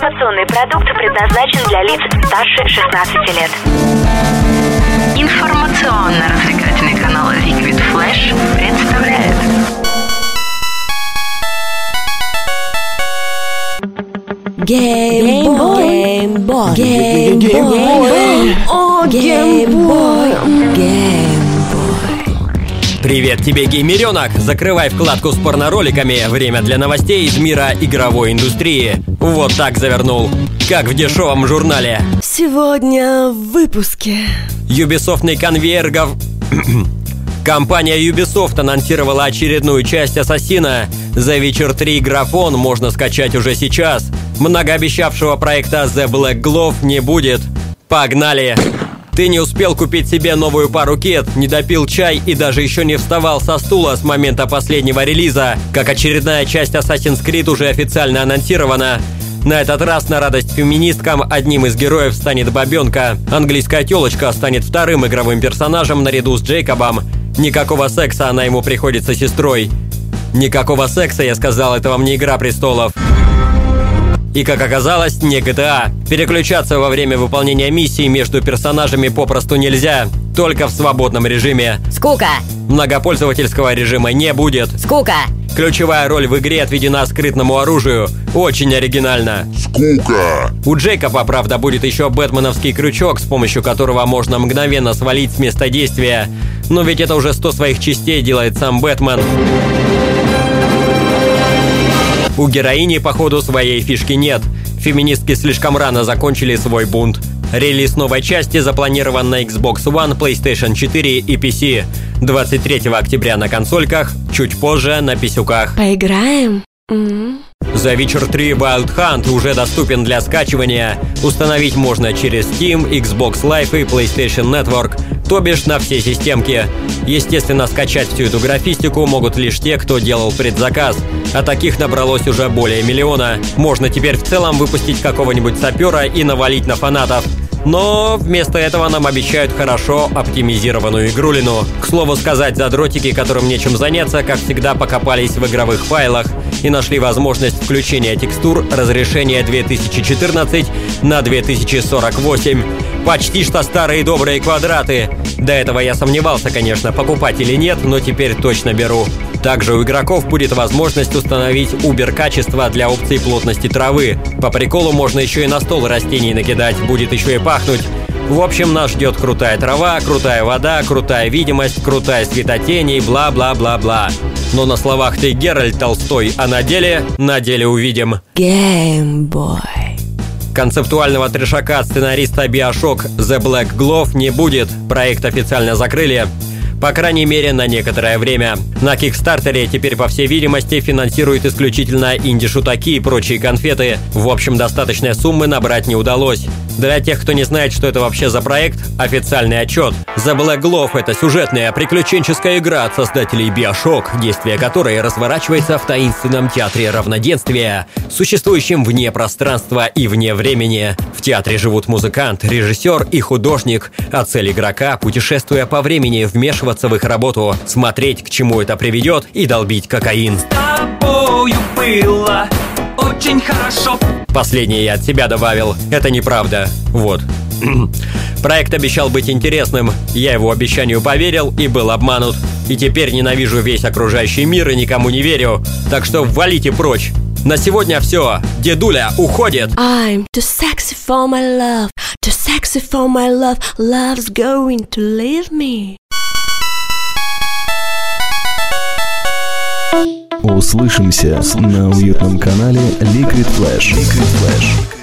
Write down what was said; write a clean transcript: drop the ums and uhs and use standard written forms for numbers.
Информационный продукт предназначен для лиц старше 16 лет. Информационно-развлекательный канал Liquid Flash представляет. Геймбой. Привет тебе, геймеренок! Закрывай вкладку с порнороликами. Время для новостей из мира игровой индустрии. Вот так завернул. Как в дешевом журнале. Сегодня в выпуске. Ubisoftный конвейер Компания Ubisoft анонсировала очередную часть Ассасина. The Witcher 3 графон можно скачать уже сейчас. Многообещавшего проекта The Black Glove не будет. Погнали! Ты не успел купить себе новую пару кед, не допил чай и даже еще не вставал со стула с момента последнего релиза, как очередная часть Assassin's Creed уже официально анонсирована. На этот раз, на радость феминисткам, одним из героев станет бабенка. Английская телочка станет вторым игровым персонажем наряду с Джейкобом. Никакого секса, она ему приходится сестрой. Никакого секса, я сказал, это вам не Игра престолов. И, как оказалось, не GTA. Переключаться во время выполнения миссий между персонажами попросту нельзя. Только в свободном режиме. Скука. Многопользовательского режима не будет. Скука. Ключевая роль в игре отведена скрытному оружию. Очень оригинально. Скука. У Джейкоба, правда, будет еще бэтменовский крючок, с помощью которого можно мгновенно свалить с места действия. Но ведь это уже 100 своих частей делает сам Бэтмен. У героини, походу, своей фишки нет. Феминистки слишком рано закончили свой бунт. Релиз новой части запланирован на Xbox One, PlayStation 4 и PC. 23 октября на консольках, чуть позже на писюках. Поиграем? The Witcher 3 Wild Hunt уже доступен для скачивания. Установить можно через Steam, Xbox Live и PlayStation Network, то бишь на все системки. Естественно, скачать всю эту графистику могут лишь те, кто делал предзаказ. А таких набралось уже более миллиона. Можно теперь в целом выпустить какого-нибудь сапера и навалить на фанатов. Но вместо этого нам обещают хорошо оптимизированную игрулину. К слову сказать, задротики, которым нечем заняться, как всегда покопались в игровых файлах и нашли возможность включения текстур разрешения 2014 на 2048. Почти что старые добрые квадраты. До этого я сомневался, конечно, покупать или нет, но теперь точно беру. Также у игроков будет возможность установить Uber-качество для опций плотности травы. По приколу можно еще и на стол растений накидать, будет еще и пахнуть. В общем, нас ждет крутая трава, крутая вода, крутая видимость, крутая светотень и бла-бла-бла-бла. Но на словах ты Геральт Толстой, а на деле увидим. Геймбой. Концептуального трешака от сценариста BioShock The Black Glove не будет, проект официально закрыли. По крайней мере, на некоторое время. На Кикстартере теперь, по всей видимости, финансируют исключительно инди-шутаки и прочие конфеты. В общем, достаточной суммы набрать не удалось. Для тех, кто не знает, что это вообще за проект, официальный отчет. The Black Glove — это сюжетная приключенческая игра от создателей BioShock, действие которой разворачивается в таинственном театре равноденствия, существующем вне пространства и вне времени. В театре живут музыкант, режиссер и художник, а цель игрока — путешествуя по времени, вмешиваться в их работу, смотреть, к чему это приведет, и долбить кокаин. С тобою было очень хорошо. Последнее я от себя добавил. Это неправда. Вот. Проект обещал быть интересным. Я его обещанию поверил и был обманут. И теперь ненавижу весь окружающий мир и никому не верю. Так что валите прочь. На сегодня все. Дедуля уходит. I'm too sexy for my love. Too sexy for my love. Love's going to leave me. Услышимся на уютном канале Liquid Flash.